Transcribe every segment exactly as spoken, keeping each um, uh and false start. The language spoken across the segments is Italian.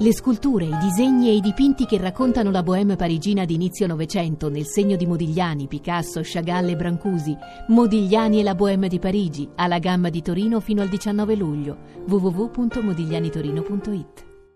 Le sculture, i disegni e i dipinti che raccontano la bohème parigina di inizio Novecento nel segno di Modigliani, Picasso, Chagall e Brancusi. Modigliani e la bohème di Parigi, alla Gamma di Torino fino al diciannove luglio. w w w punto modiglianitorino punto it.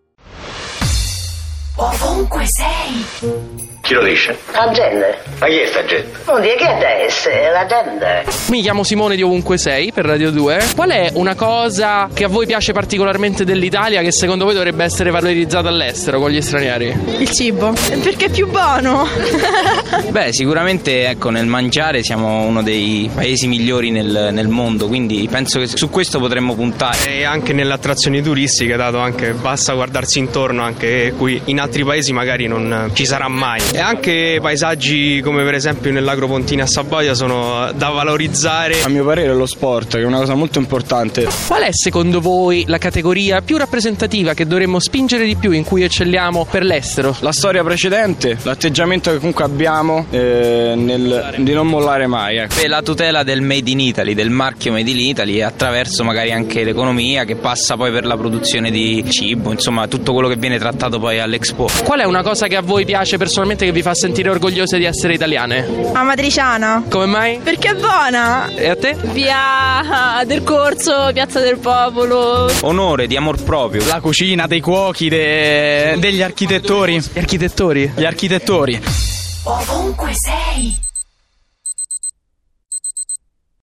Ovunque sei. Chi lo dice? La gente. Ma chi è sta gente? Non dire che adesso è la gente. Mi chiamo Simone di Ovunque Sei per Radio due. Qual è una cosa che a voi piace particolarmente dell'Italia che secondo voi dovrebbe essere valorizzata all'estero con gli stranieri? Il cibo, perché è più buono. Beh, sicuramente ecco, nel mangiare siamo uno dei paesi migliori nel, nel mondo, quindi penso che su questo potremmo puntare. E anche nelle attrazioni turistiche, dato anche basta guardarsi intorno, anche qui in altri paesi magari non ci sarà mai. E anche paesaggi come per esempio nell'Agropontine a Savoia sono da valorizzare. A mio parere lo sport, che è una cosa molto importante. Qual è secondo voi la categoria più rappresentativa che dovremmo spingere di più, in cui eccelliamo per l'estero? La storia precedente, l'atteggiamento che comunque abbiamo eh, nel, di non mollare mai, ecco. E la tutela del Made in Italy, del marchio Made in Italy, attraverso magari anche l'economia che passa poi per la produzione di cibo, insomma tutto quello che viene trattato poi all'Expo. Qual è una cosa che a voi piace personalmente, che vi fa sentire orgogliose di essere italiane? Amatriciana. Come mai? Perché è buona. E a te? Via del Corso, Piazza del Popolo. Onore, di amor proprio. La cucina, dei cuochi, de... degli architettori. Gli architettori? Gli architettori. Ovunque sei.